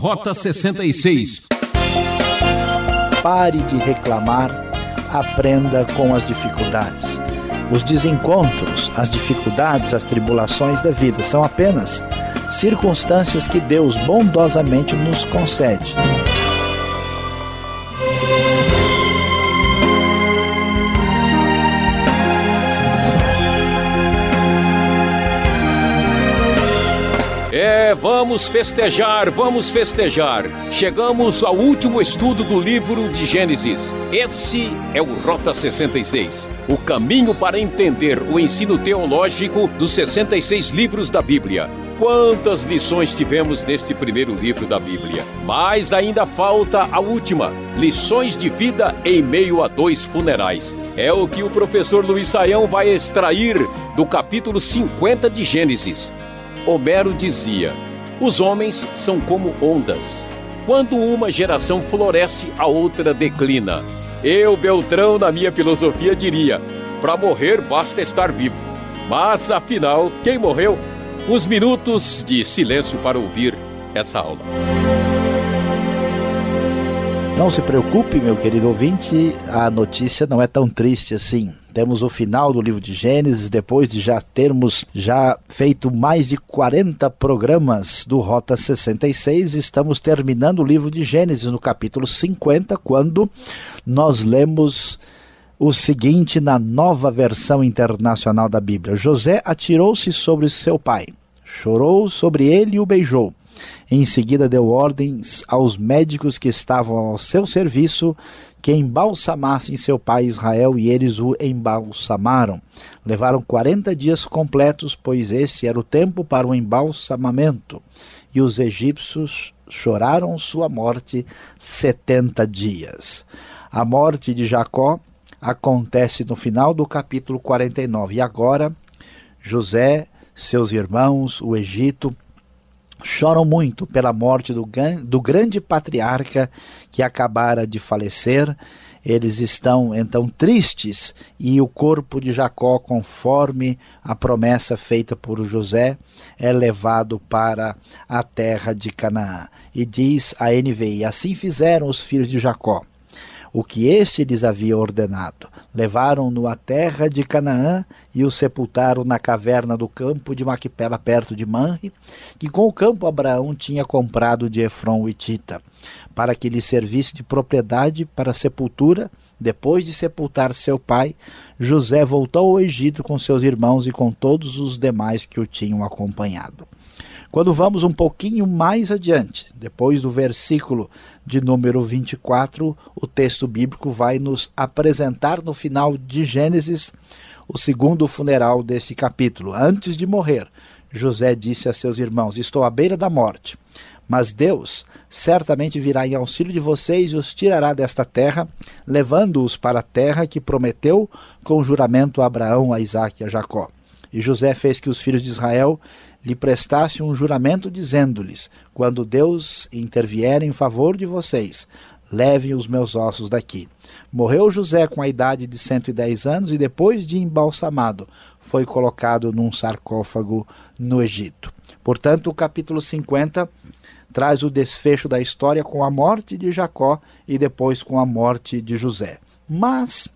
Rota 66. Pare de reclamar, aprenda com as dificuldades. Os desencontros, as dificuldades, as tribulações da vida são apenas circunstâncias que Deus bondosamente nos concede. Vamos festejar, vamos festejar. Chegamos ao último estudo do livro de Gênesis. Esse é o Rota 66, o caminho para entender o ensino teológico dos 66 livros da Bíblia. Quantas lições tivemos neste primeiro livro da Bíblia? Mas ainda falta a última, lições de vida em meio a 2 funerais. É o que o professor Luiz Saião vai extrair do capítulo 50 de Gênesis. Homero dizia: os homens são como ondas. Quando uma geração floresce, a outra declina. Eu, Beltrão, na minha filosofia, diria: para morrer basta estar vivo. Mas, afinal, quem morreu? Uns minutos de silêncio para ouvir essa aula. Não se preocupe, meu querido ouvinte, a notícia não é tão triste assim. Temos o final do livro de Gênesis, depois de termos feito mais de 40 programas do Rota 66, estamos terminando o livro de Gênesis no capítulo 50, quando nós lemos o seguinte na Nova Versão Internacional da Bíblia: José atirou-se sobre seu pai, chorou sobre ele e o beijou. Em seguida deu ordens aos médicos que estavam ao seu serviço que embalsamassem seu pai Israel, e eles o embalsamaram. Levaram 40 dias completos, pois esse era o tempo para o embalsamamento. E os egípcios choraram sua morte 70 dias. A morte de Jacó acontece no final do capítulo 49. E agora, José, seus irmãos, o Egito, choram muito pela morte do grande patriarca que acabara de falecer. Eles estão então tristes, e o corpo de Jacó, conforme a promessa feita por José, é levado para a terra de Canaã. E diz a NVI: assim fizeram os filhos de Jacó o que este lhes havia ordenado. Levaram-no à terra de Canaã e o sepultaram na caverna do campo de Maquipela, perto de Manre, que com o campo Abraão tinha comprado de Efron o Hitita, para que lhe servisse de propriedade para a sepultura. Depois de sepultar seu pai, José voltou ao Egito com seus irmãos e com todos os demais que o tinham acompanhado. Quando vamos um pouquinho mais adiante, depois do versículo de número 24, o texto bíblico vai nos apresentar no final de Gênesis o segundo funeral desse capítulo. Antes de morrer, José disse a seus irmãos: estou à beira da morte, mas Deus certamente virá em auxílio de vocês e os tirará desta terra, levando-os para a terra que prometeu com juramento a Abraão, a Isaque e a Jacó. E José fez que os filhos de Israel lhe prestasse um juramento, dizendo-lhes: quando Deus intervier em favor de vocês, levem os meus ossos daqui. Morreu José com a idade de 110 anos e depois de embalsamado, foi colocado num sarcófago no Egito. Portanto, o capítulo 50 traz o desfecho da história com a morte de Jacó e depois com a morte de José. Mas,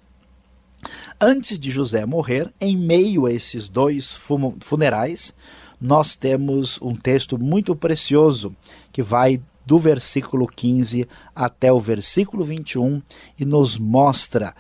antes de José morrer, em meio a esses 2 funerais, nós temos um texto muito precioso que vai do versículo 15 até o versículo 21 e nos mostra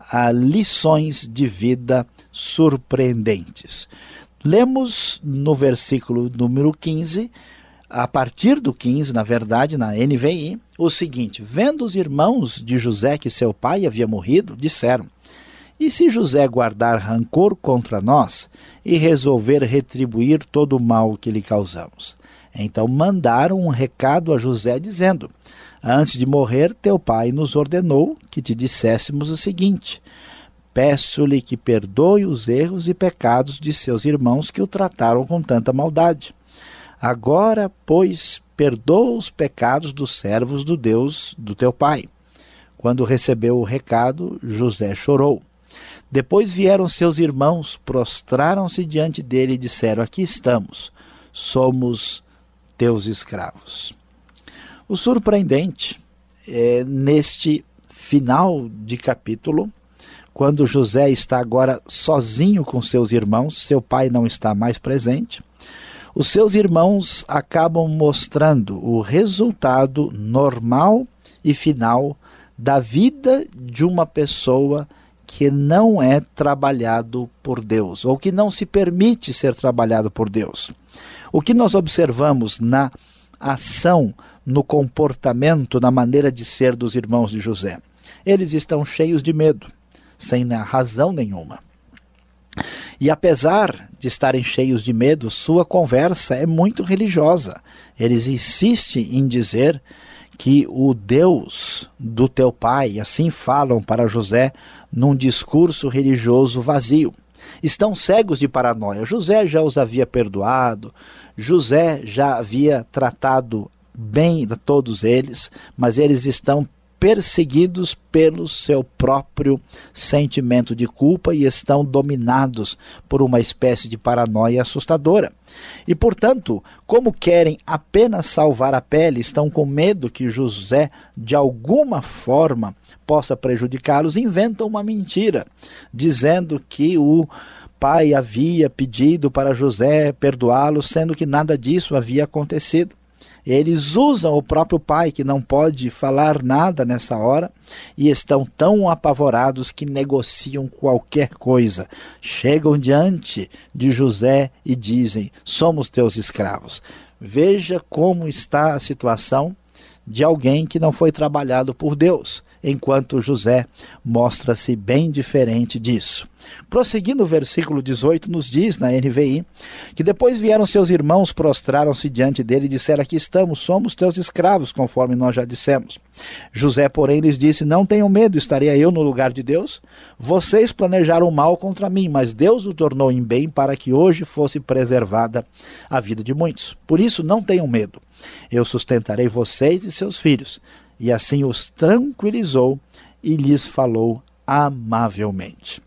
lições de vida surpreendentes. Lemos no versículo número 15, a partir do 15, na verdade, na NVI, o seguinte: vendo os irmãos de José que seu pai havia morrido, disseram: e se José guardar rancor contra nós e resolver retribuir todo o mal que lhe causamos? Então mandaram um recado a José, dizendo: antes de morrer, teu pai nos ordenou que te disséssemos o seguinte: peço-lhe que perdoe os erros e pecados de seus irmãos que o trataram com tanta maldade. Agora, pois, perdoa os pecados dos servos do Deus do teu pai. Quando recebeu o recado, José chorou. Depois vieram seus irmãos, prostraram-se diante dele e disseram: aqui estamos, somos teus escravos. O surpreendente é neste final de capítulo, quando José está agora sozinho com seus irmãos, seu pai não está mais presente, os seus irmãos acabam mostrando o resultado normal e final da vida de uma pessoa que não é trabalhado por Deus, ou que não se permite ser trabalhado por Deus. O que nós observamos na ação, no comportamento, na maneira de ser dos irmãos de José? Eles estão cheios de medo, sem razão nenhuma. E apesar de estarem cheios de medo, sua conversa é muito religiosa. Eles insistem em dizer que o Deus do teu pai, assim falam para José num discurso religioso vazio. Estão cegos de paranoia. José já os havia perdoado, José já havia tratado bem de todos eles, mas eles estão perseguidos pelo seu próprio sentimento de culpa e estão dominados por uma espécie de paranoia assustadora. E, portanto, como querem apenas salvar a pele, estão com medo que José, de alguma forma, possa prejudicá-los, inventam uma mentira, dizendo que o pai havia pedido para José perdoá-lo, sendo que nada disso havia acontecido. Eles usam o próprio pai, que não pode falar nada nessa hora, e estão tão apavorados que negociam qualquer coisa. Chegam diante de José e dizem: somos teus escravos. Veja como está a situação de alguém que não foi trabalhado por Deus, enquanto José mostra-se bem diferente disso. Prosseguindo, o versículo 18 nos diz, na NVI, que depois vieram seus irmãos, prostraram-se diante dele e disseram: aqui estamos, somos teus escravos, conforme nós já dissemos. José, porém, lhes disse: não tenham medo, estaria eu no lugar de Deus? Vocês planejaram mal contra mim, mas Deus o tornou em bem para que hoje fosse preservada a vida de muitos. Por isso, não tenham medo. Eu sustentarei vocês e seus filhos. E assim os tranquilizou e lhes falou amavelmente.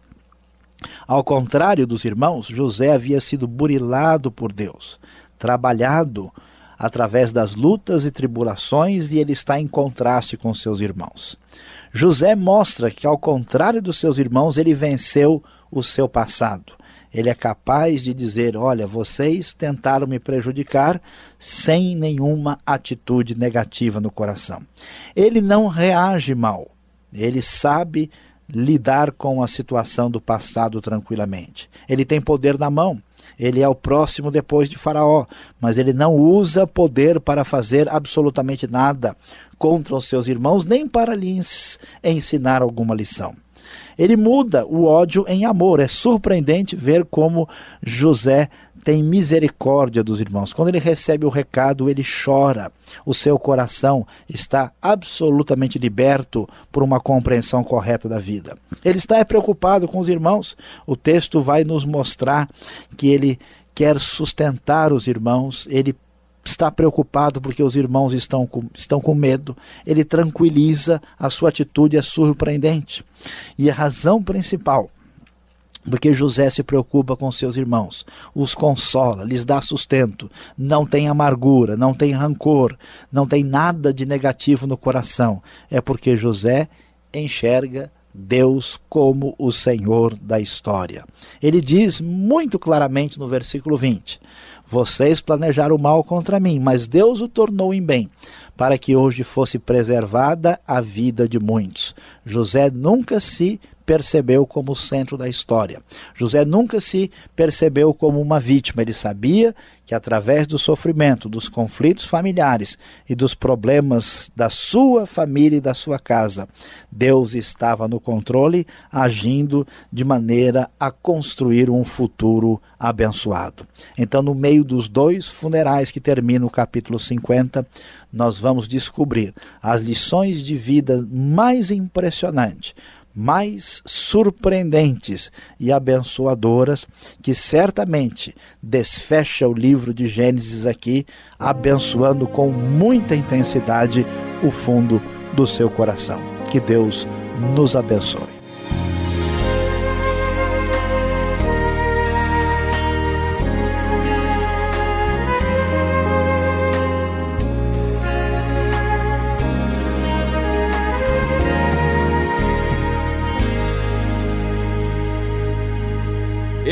Ao contrário dos irmãos, José havia sido burilado por Deus, trabalhado através das lutas e tribulações, e ele está em contraste com seus irmãos. José mostra que, ao contrário dos seus irmãos, ele venceu o seu passado. Ele é capaz de dizer: olha, vocês tentaram me prejudicar, sem nenhuma atitude negativa no coração. Ele não reage mal. Ele sabe lidar com a situação do passado tranquilamente. Ele tem poder na mão. Ele é o próximo depois de Faraó, mas ele não usa poder para fazer absolutamente nada contra os seus irmãos, nem para lhes ensinar alguma lição. Ele muda o ódio em amor. É surpreendente ver como José tem misericórdia dos irmãos. Quando ele recebe o recado, ele chora. O seu coração está absolutamente liberto por uma compreensão correta da vida. Ele está preocupado com os irmãos. O texto vai nos mostrar que ele quer sustentar os irmãos. Ele está preocupado porque os irmãos estão com medo. Ele tranquiliza, a sua atitude é surpreendente. E a razão principal, porque José se preocupa com seus irmãos, os consola, lhes dá sustento, não tem amargura, não tem rancor, não tem nada de negativo no coração, é porque José enxerga Deus como o Senhor da história. Ele diz muito claramente no versículo 20: vocês planejaram mal contra mim, mas Deus o tornou em bem, para que hoje fosse preservada a vida de muitos. José nunca se percebeu como o centro da história. José nunca se percebeu como uma vítima. Ele sabia que através do sofrimento, dos conflitos familiares e dos problemas da sua família e da sua casa, Deus estava no controle, agindo de maneira a construir um futuro abençoado. Então, no meio dos dois funerais que terminam o capítulo 50, nós vamos descobrir as lições de vida mais impressionantes, mais surpreendentes e abençoadoras, que certamente desfecha o livro de Gênesis aqui, abençoando com muita intensidade o fundo do seu coração. Que Deus nos abençoe.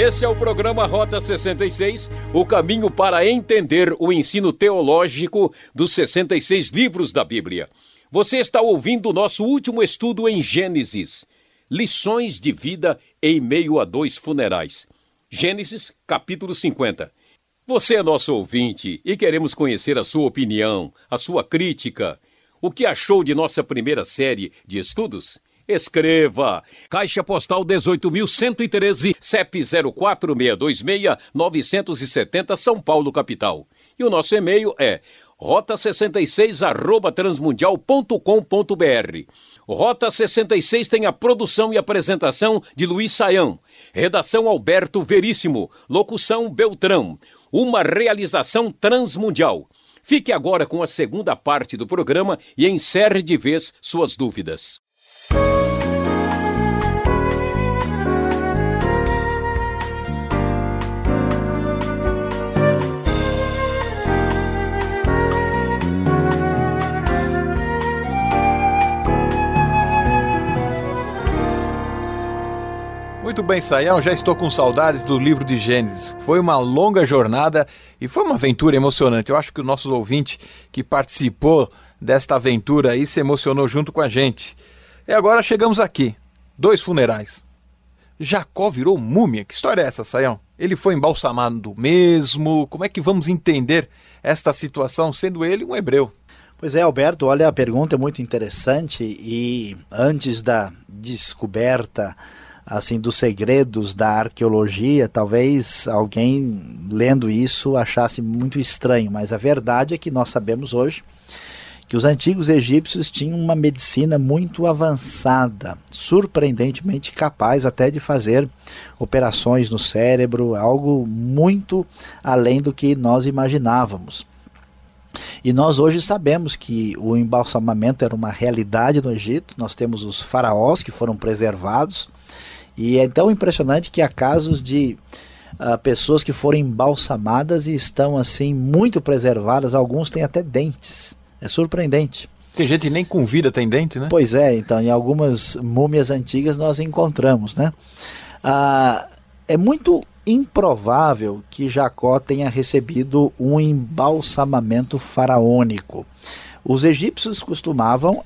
Esse é o programa Rota 66, o caminho para entender o ensino teológico dos 66 livros da Bíblia. Você está ouvindo o nosso último estudo em Gênesis, lições de vida em meio a 2 funerais. Gênesis, capítulo 50. Você é nosso ouvinte e queremos conhecer a sua opinião, a sua crítica. O que achou de nossa primeira série de estudos? Escreva! Caixa Postal 18.113, CEP 04626-970, São Paulo, capital. E o nosso e-mail é rota66@transmundial.com.br. Rota 66 tem a produção e apresentação de Luiz Saião. Redação Alberto Veríssimo. Locução Beltrão. Uma realização transmundial. Fique agora com a segunda parte do programa e encerre de vez suas dúvidas. Muito bem, Saião, já estou com saudades do livro de Gênesis. Foi uma longa jornada e foi uma aventura emocionante. Eu acho que o nosso ouvinte que participou desta aventura aí se emocionou junto com a gente. E agora chegamos aqui, 2 funerais. Jacó virou múmia. Que história é essa, Saião? Ele foi embalsamado mesmo? Como é que vamos entender esta situação, sendo ele um hebreu? Pois é, Alberto, olha, a pergunta é muito interessante e antes da descoberta assim, dos segredos da arqueologia, talvez alguém lendo isso achasse muito estranho, mas a verdade é que nós sabemos hoje que os antigos egípcios tinham uma medicina muito avançada, surpreendentemente capaz até de fazer operações no cérebro, algo muito além do que nós imaginávamos. E nós hoje sabemos que o embalsamamento era uma realidade no Egito. Nós temos os faraós que foram preservados, e é tão impressionante que há casos de pessoas que foram embalsamadas e estão assim muito preservadas. Alguns têm até dentes, é surpreendente. Tem gente que nem com vida tem dente, né? Pois é, então em algumas múmias antigas nós encontramos, né? É muito improvável que Jacó tenha recebido um embalsamamento faraônico. Os egípcios costumavam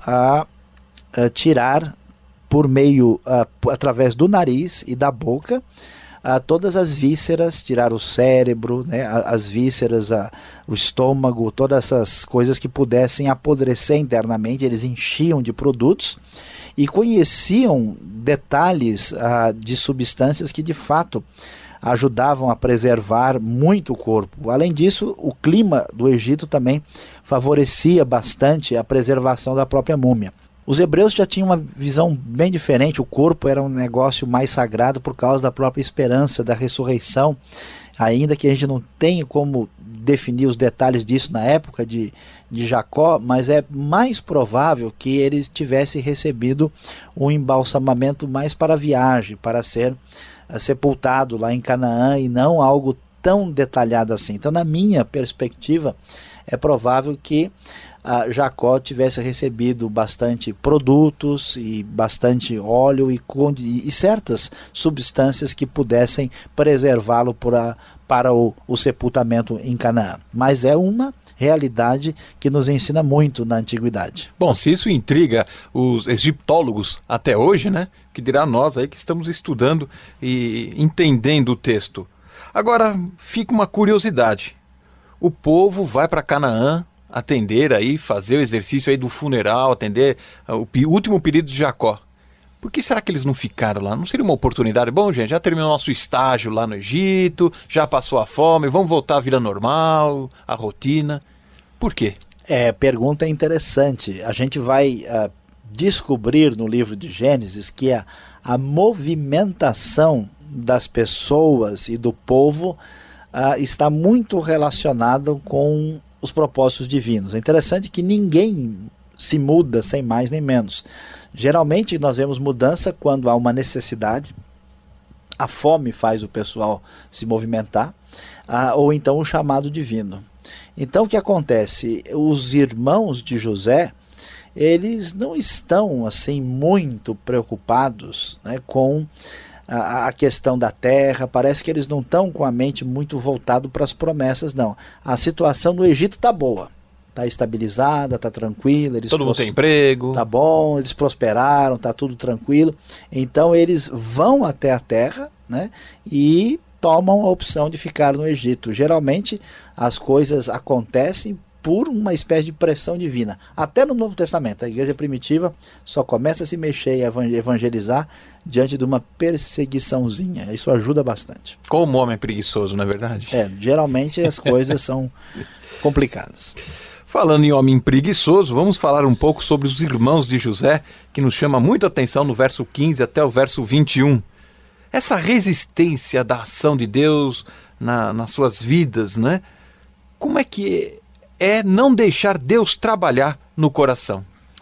tirar por meio, através do nariz e da boca, todas as vísceras, tirar o cérebro, né, as vísceras, o estômago, todas essas coisas que pudessem apodrecer internamente. Eles enchiam de produtos e conheciam detalhes de substâncias que de fato ajudavam a preservar muito o corpo. Além disso, o clima do Egito também favorecia bastante a preservação da própria múmia. Os hebreus já tinham uma visão bem diferente. O corpo era um negócio mais sagrado por causa da própria esperança da ressurreição, ainda que a gente não tenha como definir os detalhes disso na época de Jacó, mas é mais provável que ele tivesse recebido um embalsamamento mais para a viagem, para ser sepultado lá em Canaã, e não algo tão detalhado assim. Então, na minha perspectiva, é provável que Jacó tivesse recebido bastante produtos e bastante óleo e certas substâncias que pudessem preservá-lo para o sepultamento em Canaã. Mas é uma realidade que nos ensina muito na antiguidade. Bom, se isso intriga os egiptólogos até hoje, né? Que dirá nós aí que estamos estudando e entendendo o texto. Agora fica uma curiosidade. O povo vai para Canaã atender aí, fazer o exercício aí do funeral, atender o último pedido de Jacó. Por que será que eles não ficaram lá? Não seria uma oportunidade? Bom, gente, já terminou nosso estágio lá no Egito, já passou a fome, vamos voltar à vida normal, à rotina. Por quê? Pergunta interessante. A gente vai descobrir no livro de Gênesis que a movimentação das pessoas e do povo está muito relacionado com os propósitos divinos. É interessante que ninguém se muda sem mais nem menos. Geralmente nós vemos mudança quando há uma necessidade, a fome faz o pessoal se movimentar, ou então o chamado divino. Então o que acontece? Os irmãos de José, eles não estão assim muito preocupados, né, com a questão da terra, parece que eles não estão com a mente muito voltado para as promessas, não. A situação no Egito está boa, está estabilizada, está tranquila. Todo mundo tem emprego. Está bom, eles prosperaram, está tudo tranquilo. Então eles vão até a terra, né, e tomam a opção de ficar no Egito. Geralmente as coisas acontecem por uma espécie de pressão divina. Até no Novo Testamento, a igreja primitiva só começa a se mexer e evangelizar diante de uma perseguiçãozinha. Isso ajuda bastante. Como homem preguiçoso, não é verdade? Geralmente as coisas são complicadas. Falando em homem preguiçoso, vamos falar um pouco sobre os irmãos de José, que nos chama muita atenção no verso 15 até o verso 21. Essa resistência da ação de Deus nas suas vidas, né? Como é que é não deixar Deus trabalhar no coração?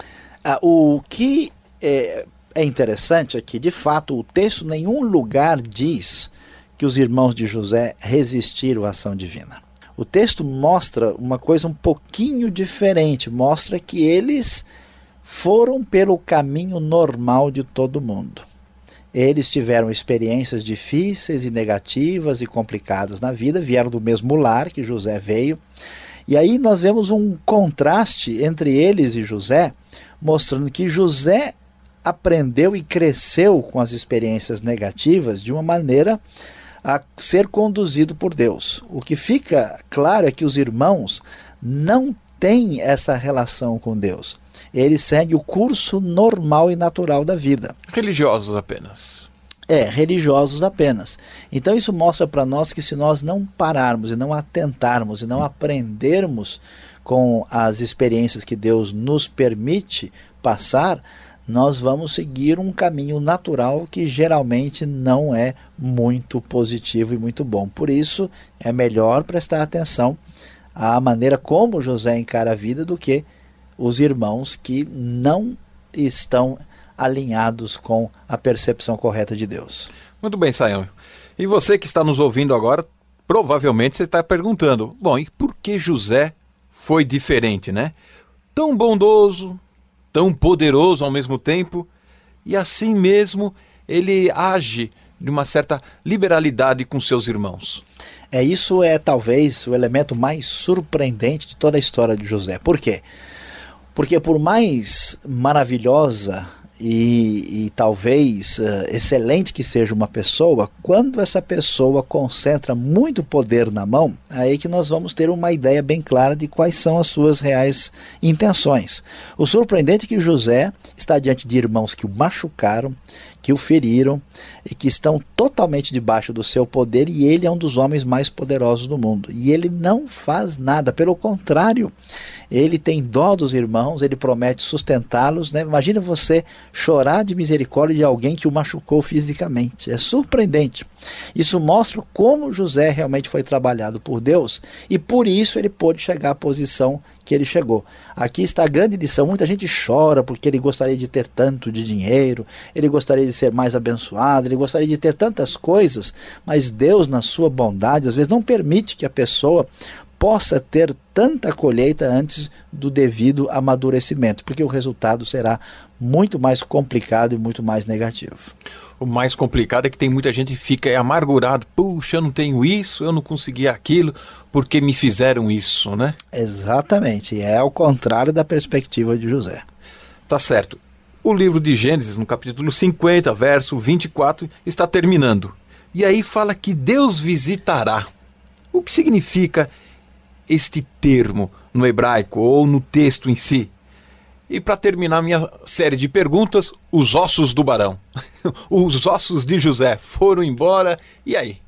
O que é interessante é que, de fato, o texto em nenhum lugar diz que os irmãos de José resistiram à ação divina. O texto mostra uma coisa um pouquinho diferente, mostra que eles foram pelo caminho normal de todo mundo. Eles tiveram experiências difíceis e negativas e complicadas na vida, vieram do mesmo lar que José veio. E aí nós vemos um contraste entre eles e José, mostrando que José aprendeu e cresceu com as experiências negativas de uma maneira a ser conduzido por Deus. O que fica claro é que os irmãos não têm essa relação com Deus. Eles seguem o curso normal e natural da vida. Religiosos apenas. Religiosos apenas. Então isso mostra para nós que se nós não pararmos e não atentarmos e não aprendermos com as experiências que Deus nos permite passar, nós vamos seguir um caminho natural que geralmente não é muito positivo e muito bom. Por isso é melhor prestar atenção à maneira como José encara a vida do que os irmãos que não estão alinhados com a percepção correta de Deus. Muito bem, Sayão. E você que está nos ouvindo agora, provavelmente você está perguntando, bom, e por que José foi diferente, né? Tão bondoso, tão poderoso ao mesmo tempo, e assim mesmo ele age de uma certa liberalidade com seus irmãos. Isso é talvez o elemento mais surpreendente de toda a história de José. Por quê? Porque por mais maravilhosa e talvez excelente que seja uma pessoa, quando essa pessoa concentra muito poder na mão, aí que nós vamos ter uma ideia bem clara de quais são as suas reais intenções. O surpreendente é que José está diante de irmãos que o machucaram, que o feriram e que estão totalmente debaixo do seu poder, e ele é um dos homens mais poderosos do mundo. E ele não faz nada, pelo contrário, ele tem dó dos irmãos, ele promete sustentá-los, né? Imagina você chorar de misericórdia de alguém que o machucou fisicamente. É surpreendente. Isso mostra como José realmente foi trabalhado por Deus, e por isso ele pôde chegar à posição que ele chegou. Aqui está a grande lição. Muita gente chora porque ele gostaria de ter tanto de dinheiro, ele gostaria de ser mais abençoado, ele gostaria de ter tantas coisas, mas Deus, na sua bondade, às vezes não permite que a pessoa possa ter tanta colheita antes do devido amadurecimento, porque o resultado será muito mais complicado e muito mais negativo. O mais complicado é que tem muita gente que fica amargurado. Puxa, eu não tenho isso, eu não consegui aquilo, porque me fizeram isso, né? Exatamente, é ao contrário da perspectiva de José. Tá certo. O livro de Gênesis, no capítulo 50, verso 24, está terminando. E aí fala que Deus visitará. O que significa este termo no hebraico ou no texto em si? E para terminar minha série de perguntas, os ossos do barão. Os ossos de José foram embora, e aí?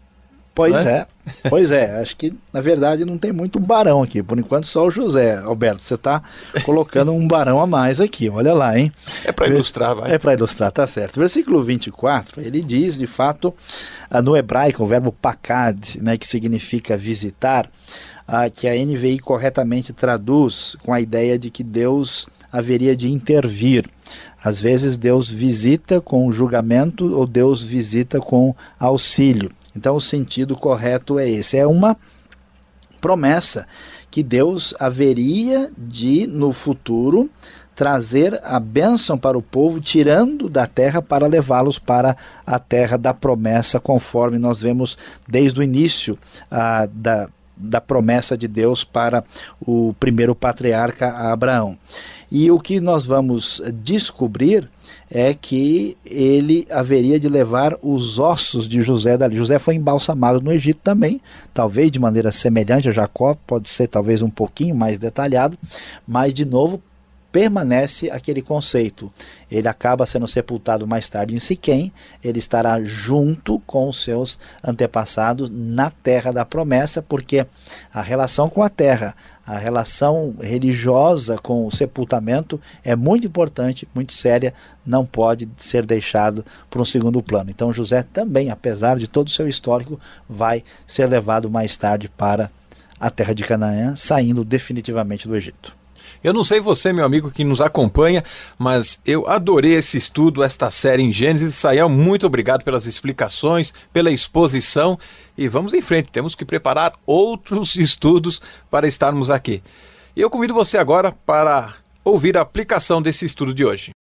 Pois é, acho que na verdade não tem muito barão aqui, por enquanto só o José. Alberto, você está colocando um barão a mais aqui, olha lá, hein? É para ilustrar, vai. É para ilustrar, tá certo. Versículo 24, ele diz, de fato, no hebraico, o verbo pakad, né, que significa visitar, que a NVI corretamente traduz com a ideia de que Deus haveria de intervir. Às vezes Deus visita com julgamento ou Deus visita com auxílio. Então o sentido correto é esse. É uma promessa que Deus haveria de, no futuro, trazer a bênção para o povo, tirando da terra para levá-los para a terra da promessa, conforme nós vemos desde o início da promessa de Deus para o primeiro patriarca Abraão. E o que nós vamos descobrir é que ele haveria de levar os ossos de José dali. José foi embalsamado no Egito também, talvez de maneira semelhante a Jacó, pode ser talvez um pouquinho mais detalhado, mas de novo permanece aquele conceito. Ele acaba sendo sepultado mais tarde em Siquém, ele estará junto com os seus antepassados na terra da promessa, porque a relação com a terra, a relação religiosa com o sepultamento é muito importante, muito séria, não pode ser deixado para um segundo plano. Então José também, apesar de todo o seu histórico, vai ser levado mais tarde para a terra de Canaã, saindo definitivamente do Egito. Eu não sei você, meu amigo, que nos acompanha, mas eu adorei esse estudo, esta série em Gênesis. Sael, muito obrigado pelas explicações, pela exposição, e vamos em frente, temos que preparar outros estudos para estarmos aqui. E eu convido você agora para ouvir a aplicação desse estudo de hoje.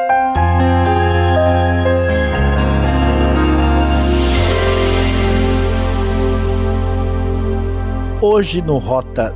Hoje no Rota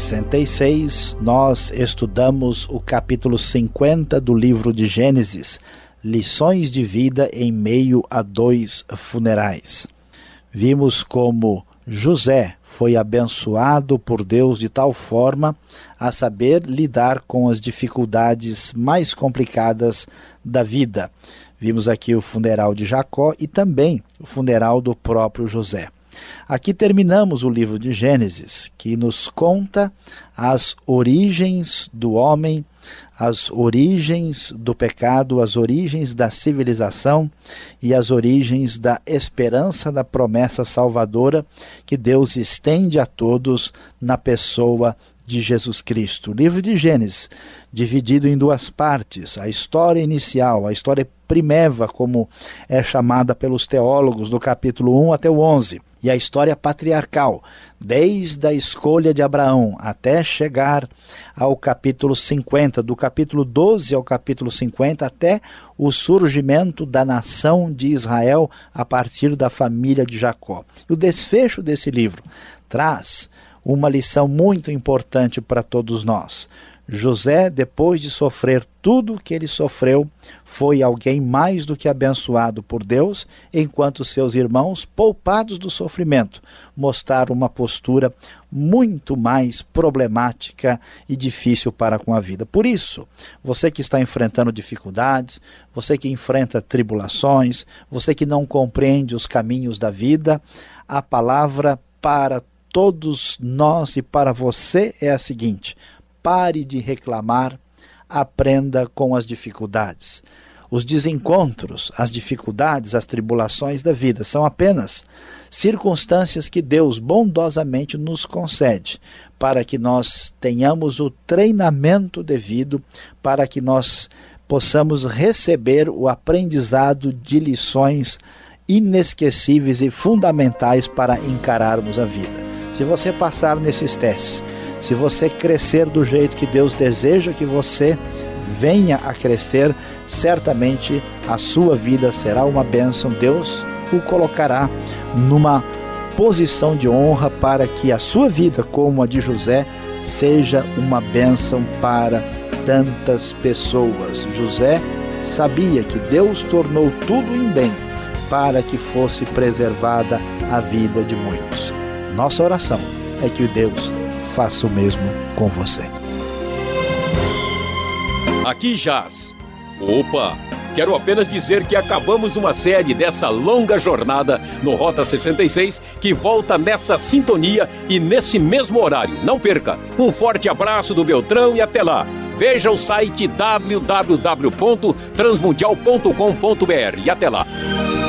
66 nós estudamos o capítulo 50 do livro de Gênesis, Lições de Vida em Meio a 2 Funerais. Vimos como José foi abençoado por Deus de tal forma a saber lidar com as dificuldades mais complicadas da vida. Vimos aqui o funeral de Jacó e também o funeral do próprio José. Aqui terminamos o livro de Gênesis, que nos conta as origens do homem, as origens do pecado, as origens da civilização e as origens da esperança da promessa salvadora que Deus estende a todos na pessoa de Jesus Cristo. O livro de Gênesis, dividido em duas partes, a história inicial, a história primeva, como é chamada pelos teólogos, do capítulo 1 até o 11, e a história patriarcal, desde a escolha de Abraão até chegar ao capítulo 50, do capítulo 12 ao capítulo 50, até o surgimento da nação de Israel a partir da família de Jacó. E o desfecho desse livro traz uma lição muito importante para todos nós. José, depois de sofrer tudo o que ele sofreu, foi alguém mais do que abençoado por Deus, enquanto seus irmãos, poupados do sofrimento, mostraram uma postura muito mais problemática e difícil para com a vida. Por isso, você que está enfrentando dificuldades, você que enfrenta tribulações, você que não compreende os caminhos da vida, a palavra para todos nós e para você é a seguinte: pare de reclamar, aprenda com as dificuldades. Os desencontros, as dificuldades, as tribulações da vida são apenas circunstâncias que Deus bondosamente nos concede para que nós tenhamos o treinamento devido, para que nós possamos receber o aprendizado de lições inesquecíveis e fundamentais para encararmos a vida. Se você passar nesses testes, se você crescer do jeito que Deus deseja que você venha a crescer, certamente a sua vida será uma bênção. Deus o colocará numa posição de honra para que a sua vida, como a de José, seja uma bênção para tantas pessoas. José sabia que Deus tornou tudo em bem para que fosse preservada a vida de muitos. Nossa oração é que Deus faça o mesmo com você. Aqui jaz. Opa! Quero apenas dizer que acabamos uma série dessa longa jornada no Rota 66, que volta nessa sintonia e nesse mesmo horário. Não perca! Um forte abraço do Beltrão e até lá! Veja o site www.transmundial.com.br e até lá!